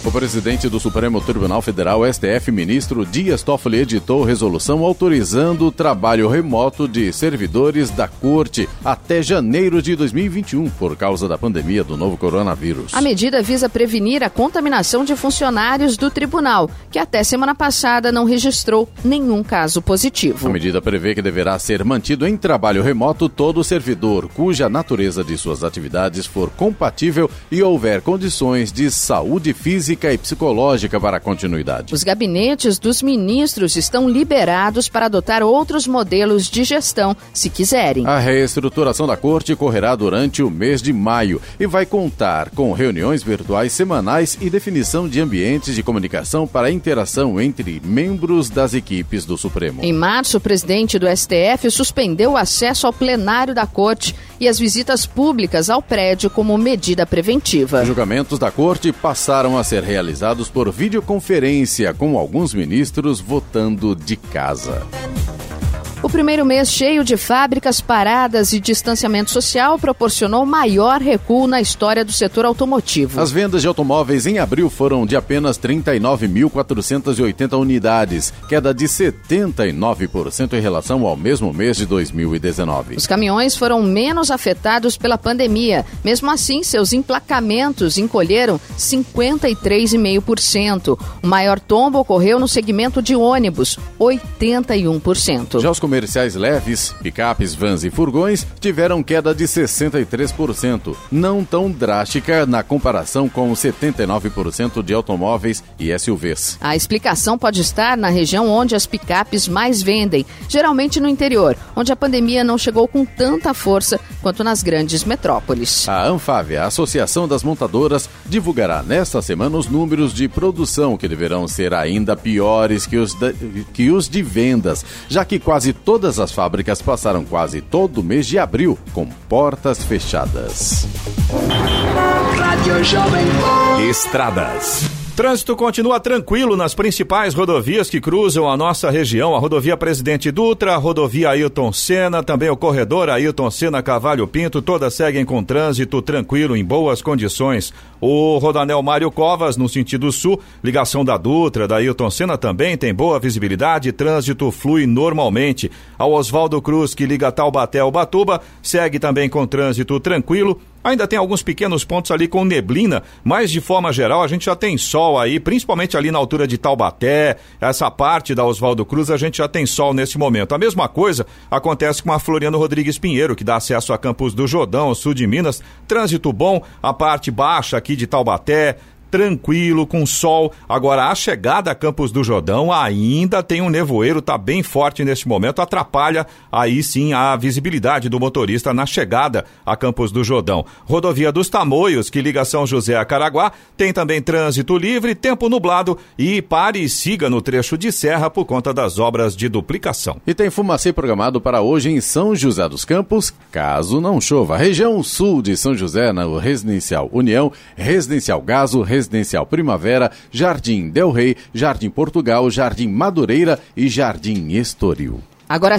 O presidente do Supremo Tribunal Federal, STF, ministro Dias Toffoli, editou resolução autorizando o trabalho remoto de servidores da Corte até janeiro de 2021, por causa da pandemia do novo coronavírus. A medida visa prevenir a contaminação de funcionários do tribunal, que até semana passada não registrou nenhum caso positivo. A medida prevê que deverá ser mantido em trabalho remoto todo servidor cuja natureza de suas atividades for compatível e houver condições de saúde física e psicológica para a continuidade. Os gabinetes dos ministros estão liberados para adotar outros modelos de gestão, se quiserem. A reestruturação da Corte correrá durante o mês de maio e vai contar com reuniões virtuais semanais e definição de ambientes de comunicação para a interação entre membros das equipes do Supremo. Em março, o presidente do STF suspendeu o acesso ao plenário da Corte e as visitas públicas ao prédio como medida preventiva. Os julgamentos da Corte passaram a ser realizados por videoconferência, com alguns ministros votando de casa. O primeiro mês cheio de fábricas paradas e distanciamento social proporcionou o maior recuo na história do setor automotivo. As vendas de automóveis em abril foram de apenas 39.480 unidades, queda de 79% em relação ao mesmo mês de 2019. Os caminhões foram menos afetados pela pandemia. Mesmo assim, seus emplacamentos encolheram 53,5%. O maior tombo ocorreu no segmento de ônibus, 81%. Já os comerciais leves, picapes, vans e furgões tiveram queda de 63%, não tão drástica na comparação com os 79% de automóveis e SUVs. A explicação pode estar na região onde as picapes mais vendem, geralmente no interior, onde a pandemia não chegou com tanta força quanto nas grandes metrópoles. A Anfávia, a Associação das Montadoras, divulgará nesta semana os números de produção, que deverão ser ainda piores que os de vendas, já que quase todas as fábricas passaram quase todo o mês de abril com portas fechadas. Estradas. Trânsito continua tranquilo nas principais rodovias que cruzam a nossa região. A rodovia Presidente Dutra, a rodovia Ailton Senna, também o corredor Ailton Senna Cavalho Pinto, todas seguem com trânsito tranquilo, em boas condições. O rodoanel Mário Covas, no sentido sul, ligação da Dutra, da Ailton Senna, também tem boa visibilidade, trânsito flui normalmente. A Oswaldo Cruz, que liga Taubaté ao Ubatuba, segue também com trânsito tranquilo. Ainda tem alguns pequenos pontos ali com neblina, mas de forma geral a gente já tem sol aí, principalmente ali na altura de Taubaté, essa parte da Oswaldo Cruz a gente já tem sol nesse momento. A mesma coisa acontece com a Floriano Rodrigues Pinheiro, que dá acesso a Campos do Jordão, sul de Minas, trânsito bom, a parte baixa aqui de Taubaté, tranquilo, com sol. Agora, a chegada a Campos do Jordão ainda tem um nevoeiro, tá bem forte neste momento, atrapalha aí sim a visibilidade do motorista na chegada a Campos do Jordão. Rodovia dos Tamoios, que liga São José a Caraguá, tem também trânsito livre, tempo nublado e pare e siga no trecho de serra por conta das obras de duplicação. E tem fumacê programado para hoje em São José dos Campos, caso não chova. Região sul de São José, no Residencial União, Residencial Gaso, Residencial Primavera, Jardim Del Rey, Jardim Portugal, Jardim Madureira e Jardim Estoril. Agora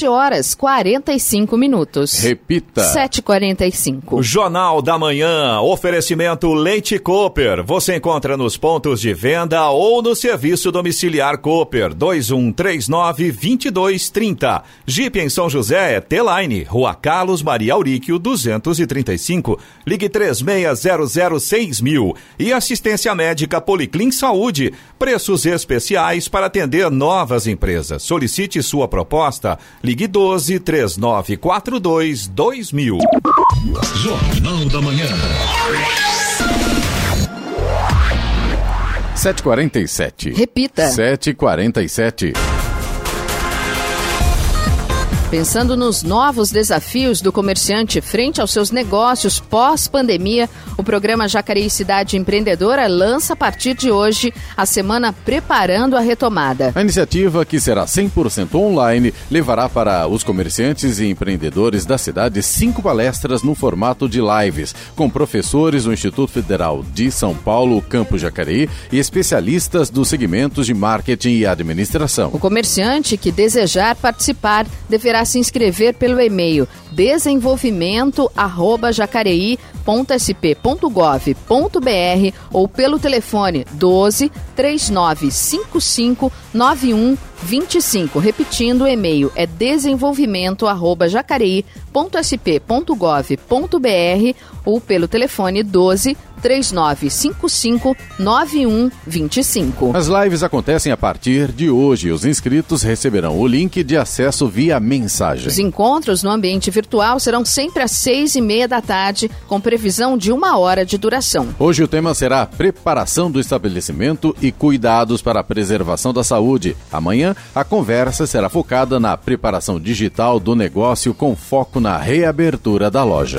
7h45. Repita. 7h45. Jornal da Manhã, oferecimento Leite Cooper. Você encontra nos pontos de venda ou no serviço domiciliar Cooper, 2139-2230. Jeep em São José é T-Line, Rua Carlos Maria Auríquio, 235. Ligue 36006000. E assistência médica Policlin Saúde. Preços especiais para atender novas empresas. Solicite sua proposta. Ligue 12-3942-2000. Jornal da Manhã. 7h47. Repita. 7h47. Pensando nos novos desafios do comerciante frente aos seus negócios pós-pandemia, o programa Jacareí Cidade Empreendedora lança a partir de hoje a semana Preparando a Retomada. A iniciativa, que será 100% online, levará para os comerciantes e empreendedores da cidade 5 palestras no formato de lives, com professores do Instituto Federal de São Paulo, Campo Jacareí, e especialistas dos segmentos de marketing e administração. O comerciante que desejar participar deverá para se inscrever pelo e-mail desenvolvimento@jacareí.sp.gov.br ou pelo telefone 12 3955 9125. Repetindo, o e-mail é desenvolvimento@jacareí.sp.gov.br ou pelo telefone 12 3955 9125. As lives acontecem a partir de hoje. Os inscritos receberão o link de acesso via mensagem. Os encontros no ambiente virtual serão sempre às 6:30 da tarde, com previsão de 1 hora de duração. Hoje o tema será a preparação do estabelecimento e cuidados para a preservação da saúde. Amanhã, a conversa será focada na preparação digital do negócio com foco na reabertura da loja.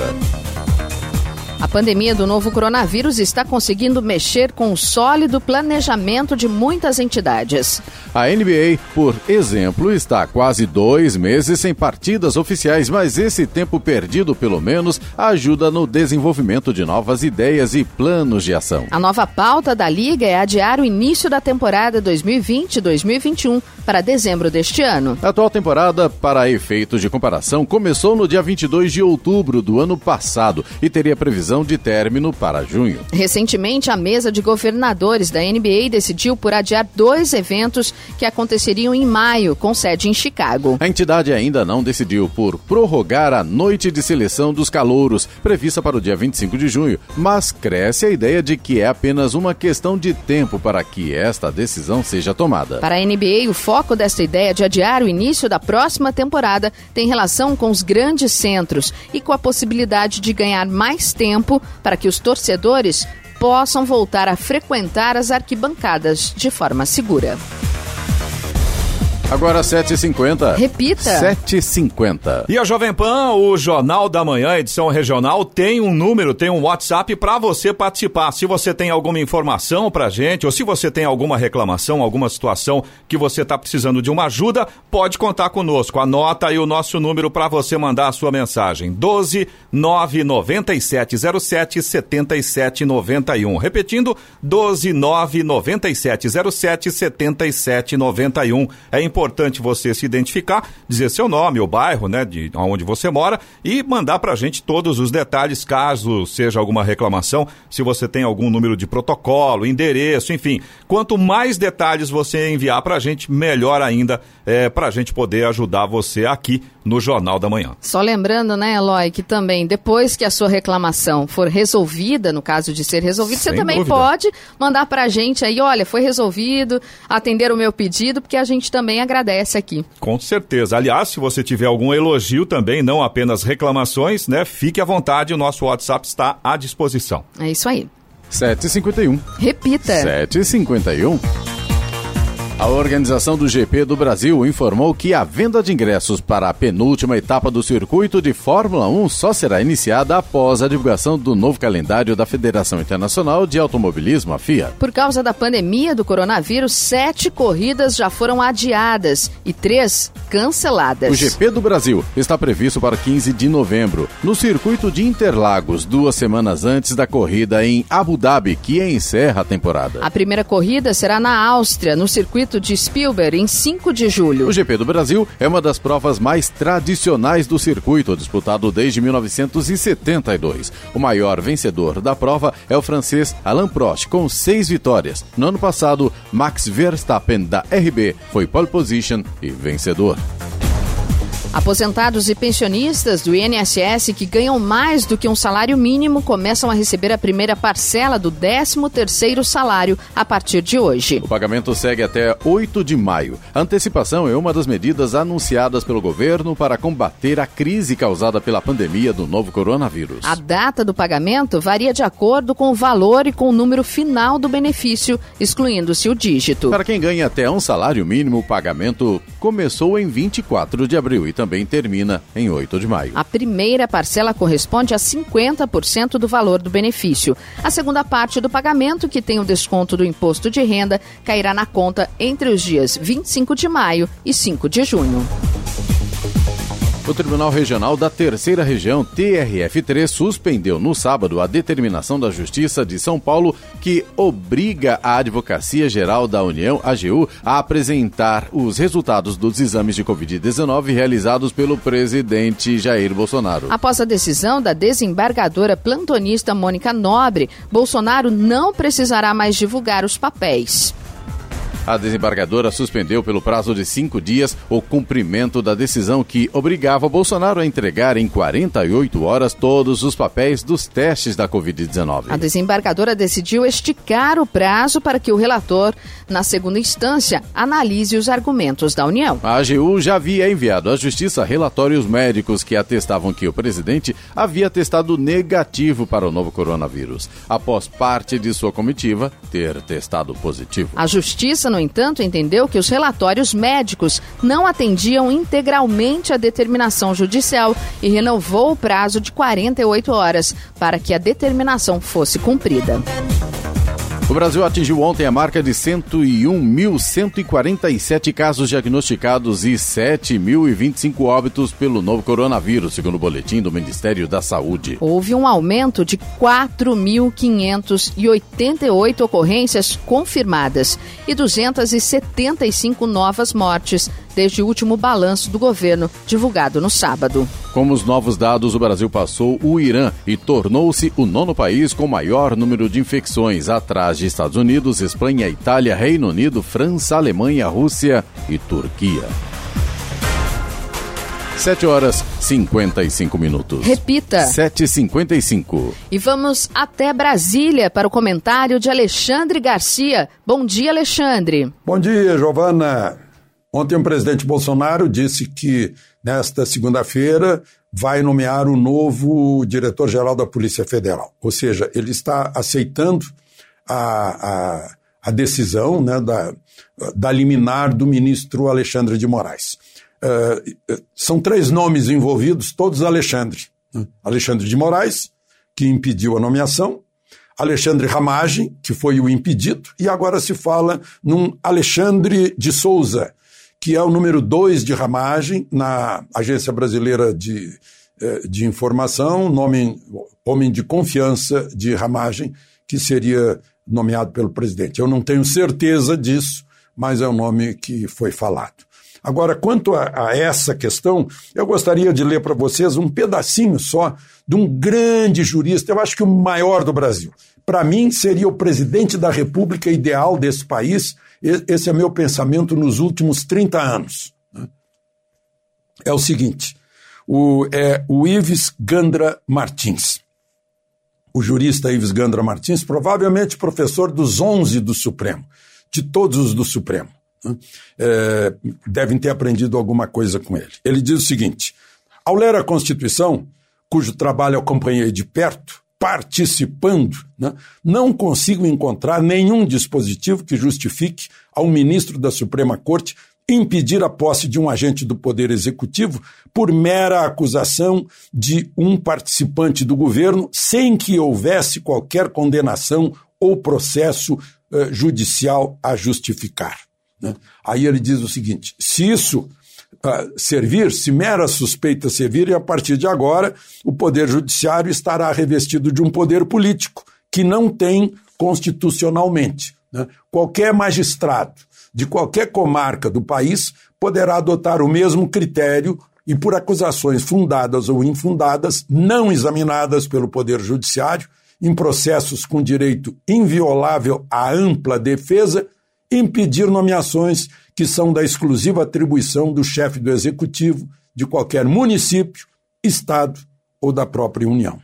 A pandemia do novo coronavírus está conseguindo mexer com o sólido planejamento de muitas entidades. A NBA, por exemplo, está há quase 2 meses sem partidas oficiais, mas esse tempo perdido, pelo menos, ajuda no desenvolvimento de novas ideias e planos de ação. A nova pauta da Liga é adiar o início da temporada 2020-2021 para dezembro deste ano. A atual temporada, para efeitos de comparação, começou no dia 22 de outubro do ano passado e teria previsão de término para junho. Recentemente, a mesa de governadores da NBA decidiu por adiar 2 eventos que aconteceriam em maio, com sede em Chicago. A entidade ainda não decidiu por prorrogar a noite de seleção dos calouros, prevista para o dia 25 de junho, mas cresce a ideia de que é apenas uma questão de tempo para que esta decisão seja tomada. Para a NBA, o foco desta ideia de adiar o início da próxima temporada tem relação com os grandes centros e com a possibilidade de ganhar mais tempo para que os torcedores possam voltar a frequentar as arquibancadas de forma segura. Agora 7h50. Repita. 7h50. E a Jovem Pan, o Jornal da Manhã, edição regional, tem um número, tem um WhatsApp para você participar. Se você tem alguma informação pra gente, ou se você tem alguma reclamação, alguma situação que você está precisando de uma ajuda, pode contar conosco. Anota aí o nosso número para você mandar a sua mensagem. 12 99707 7791. Repetindo, 12 99707 7791. É importante você se identificar, dizer seu nome, o bairro, né, de onde você mora e mandar pra gente todos os detalhes, caso seja alguma reclamação, se você tem algum número de protocolo, endereço, enfim. Quanto mais detalhes você enviar pra gente, melhor ainda pra gente poder ajudar você aqui no Jornal da Manhã. Só lembrando, né, Eloy, que também depois que a sua reclamação for resolvida, no caso de ser resolvido, você também pode mandar pra gente aí, olha, foi resolvido, atender o meu pedido, porque a gente também agradece aqui. Com certeza. Aliás, se você tiver algum elogio também, não apenas reclamações, né, fique à vontade, o nosso WhatsApp está à disposição. É isso aí. 7h51. Repita. 7h51. A organização do GP do Brasil informou que a venda de ingressos para a penúltima etapa do circuito de Fórmula 1 só será iniciada após a divulgação do novo calendário da Federação Internacional de Automobilismo, a FIA. Por causa da pandemia do coronavírus, 7 corridas já foram adiadas e 3 canceladas. O GP do Brasil está previsto para 15 de novembro, no circuito de Interlagos, 2 semanas antes da corrida em Abu Dhabi, que encerra a temporada. A primeira corrida será na Áustria, no circuito de Spielberg, em 5 de julho. O GP do Brasil é uma das provas mais tradicionais do circuito, disputado desde 1972. O maior vencedor da prova é o francês Alain Prost, com 6 vitórias. No ano passado, Max Verstappen, da RB, foi pole position e vencedor. Aposentados e pensionistas do INSS que ganham mais do que um salário mínimo começam a receber a primeira parcela do 13º salário a partir de hoje. O pagamento segue até 8 de maio. A antecipação é uma das medidas anunciadas pelo governo para combater a crise causada pela pandemia do novo coronavírus. A data do pagamento varia de acordo com o valor e com o número final do benefício, excluindo-se o dígito. Para quem ganha até um salário mínimo, o pagamento começou em 24 de abril e também termina em 8 de maio. A primeira parcela corresponde a 50% do valor do benefício. A segunda parte do pagamento, que tem o desconto do imposto de renda, cairá na conta entre os dias 25 de maio e 5 de junho. O Tribunal Regional da Terceira Região, TRF3, suspendeu no sábado a determinação da Justiça de São Paulo que obriga a Advocacia Geral da União, AGU, a apresentar os resultados dos exames de Covid-19 realizados pelo presidente Jair Bolsonaro. Após a decisão da desembargadora plantonista Mônica Nobre, Bolsonaro não precisará mais divulgar os papéis. A desembargadora suspendeu pelo prazo de 5 dias o cumprimento da decisão que obrigava Bolsonaro a entregar em 48 horas todos os papéis dos testes da Covid-19. A desembargadora decidiu esticar o prazo para que o relator, na segunda instância, analise os argumentos da União. A AGU já havia enviado à Justiça relatórios médicos que atestavam que o presidente havia testado negativo para o novo coronavírus, após parte de sua comitiva ter testado positivo. A Justiça, no entanto, entendeu que os relatórios médicos não atendiam integralmente a determinação judicial e renovou o prazo de 48 horas para que a determinação fosse cumprida. O Brasil atingiu ontem a marca de 101.147 casos diagnosticados e 7.025 óbitos pelo novo coronavírus, segundo o boletim do Ministério da Saúde. Houve um aumento de 4.588 ocorrências confirmadas e 275 novas mortes desde o último balanço do governo, divulgado no sábado. Com os novos dados, o Brasil passou o Irã e tornou-se o 9º país com maior número de infecções, atrás de Estados Unidos, Espanha, Itália, Reino Unido, França, Alemanha, Rússia e Turquia. 7h55. Repita. 7h55. E vamos até Brasília para o comentário de Alexandre Garcia. Bom dia, Alexandre. Bom dia, Giovana. Ontem o presidente Bolsonaro disse que nesta segunda-feira vai nomear o novo diretor-geral da Polícia Federal. Ou seja, ele está aceitando a decisão, né, da liminar do ministro Alexandre de Moraes. São 3 nomes envolvidos, todos Alexandre. Alexandre de Moraes, que impediu a nomeação, Alexandre Ramagem, que foi o impedido, e agora se fala num Alexandre de Souza, que é o número 2 de Ramagem na Agência Brasileira de Informação, homem de confiança de Ramagem, que seria nomeado pelo presidente. Eu não tenho certeza disso, mas é o nome que foi falado. Agora, quanto a essa questão, eu gostaria de ler para vocês um pedacinho só de um grande jurista, eu acho que o maior do Brasil. Para mim, seria o presidente da República ideal desse país. Esse é meu pensamento nos últimos 30 anos. É o seguinte, o Ives Gandra Martins. O jurista Ives Gandra Martins, provavelmente professor dos 11 do Supremo, de todos os do Supremo. Devem ter aprendido alguma coisa com ele. Ele diz o seguinte: ao ler a Constituição, cujo trabalho acompanhei de perto, participando, né, não consigo encontrar nenhum dispositivo que justifique ao ministro da Suprema Corte impedir a posse de um agente do Poder Executivo por mera acusação de um participante do governo sem que houvesse qualquer condenação ou processo judicial a justificar. Né? Aí ele diz o seguinte: se isso servir, se mera suspeita servir, e a partir de agora o Poder Judiciário estará revestido de um poder político que não tem constitucionalmente. Né? Qualquer magistrado de qualquer comarca do país poderá adotar o mesmo critério e, por acusações fundadas ou infundadas, não examinadas pelo Poder Judiciário, em processos com direito inviolável à ampla defesa, impedir nomeações que são da exclusiva atribuição do chefe do Executivo de qualquer município, Estado ou da própria União.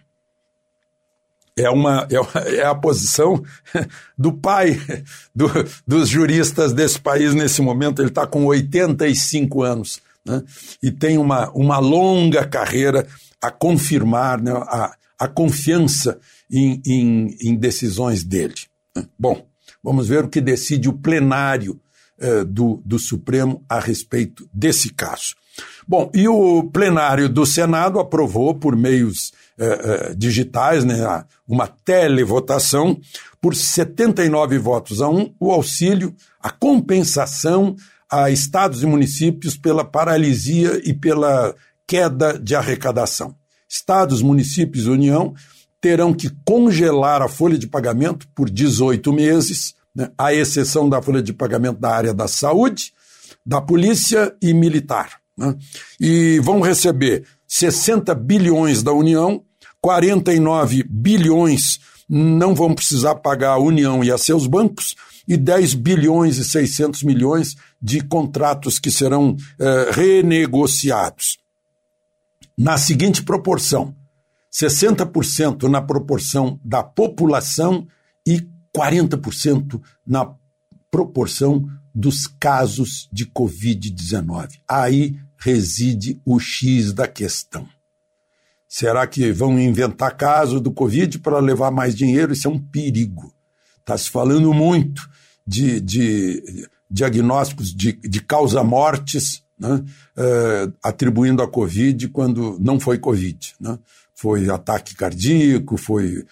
É a posição do pai dos juristas desse país nesse momento. Ele está com 85 anos, né? E tem uma longa carreira a confirmar, né, a confiança em decisões dele. Bom, vamos ver o que decide o plenário do Supremo a respeito desse caso. Bom, e o plenário do Senado aprovou por meios digitais, né, uma televotação, por 79 votos a 1, o auxílio, a compensação a estados e municípios pela paralisia e pela queda de arrecadação. Estados, municípios e União terão que congelar a folha de pagamento por 18 meses, né, à exceção da folha de pagamento da área da saúde, da polícia e militar. Né? E vão receber 60 bilhões da União, 49 bilhões não vão precisar pagar a União e a seus bancos, e 10 bilhões e 600 milhões de contratos que serão renegociados. Na seguinte proporção, 60% na proporção da população e 40% na proporção dos casos de Covid-19. Aí reside o X da questão. Será que vão inventar caso do Covid para levar mais dinheiro? Isso é um perigo. Está se falando muito de diagnósticos de causa-mortes, né, atribuindo a Covid quando não foi Covid, né? Foi ataque cardíaco, foi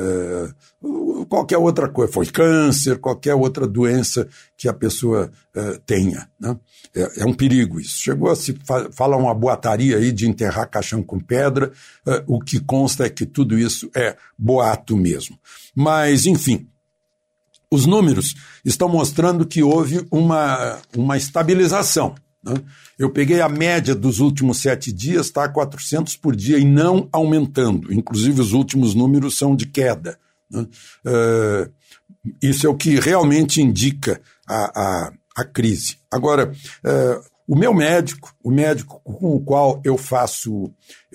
qualquer outra coisa, foi câncer, qualquer outra doença que a pessoa tenha. Né? É um perigo isso. Chegou a se falar uma boataria aí de enterrar caixão com pedra, o que consta é que tudo isso é boato mesmo. Mas, enfim, os números estão mostrando que houve uma estabilização. Né? Eu peguei a média dos últimos 7 dias, está a 400 por dia e não aumentando. Inclusive, os últimos números são de queda. Né? Isso é o que realmente indica a crise. Agora, o meu médico, o médico com o qual eu faço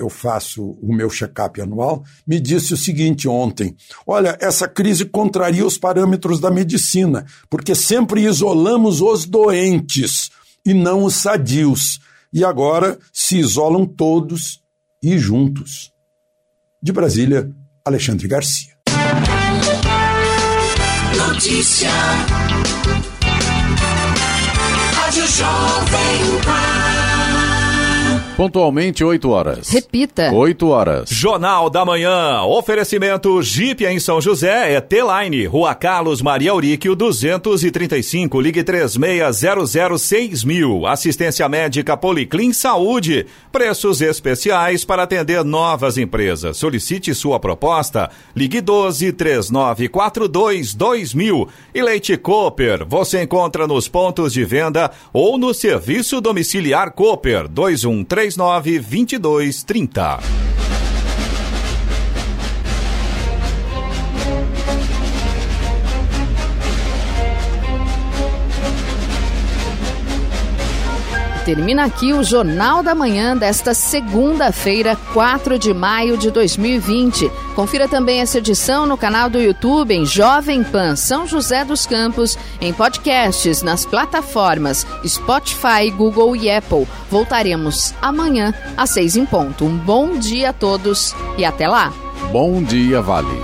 o meu check-up anual, me disse o seguinte ontem: olha, essa crise contraria os parâmetros da medicina, porque sempre isolamos os doentes e não os sadios. E agora se isolam todos e juntos. De Brasília, Alexandre Garcia. Notícia. Rádio Jovem Pan. Pontualmente 8 horas. Repita. 8 horas. Jornal da Manhã. Oferecimento Jeep em São José é T-Line. Rua Carlos Maria Auríquio 235. Ligue 36006000. Assistência médica Policlin Saúde. Preços especiais para atender novas empresas. Solicite sua proposta. Ligue 1239422000. E Leite Cooper. Você encontra nos pontos de venda ou no serviço domiciliar Cooper 2139-2230. Termina aqui o Jornal da Manhã desta segunda-feira, 4 de maio de 2020. Confira também essa edição no canal do YouTube em Jovem Pan São José dos Campos, em podcasts nas plataformas Spotify, Google e Apple. Voltaremos amanhã às 6 em ponto. Um bom dia a todos e até lá. Bom dia, Vale.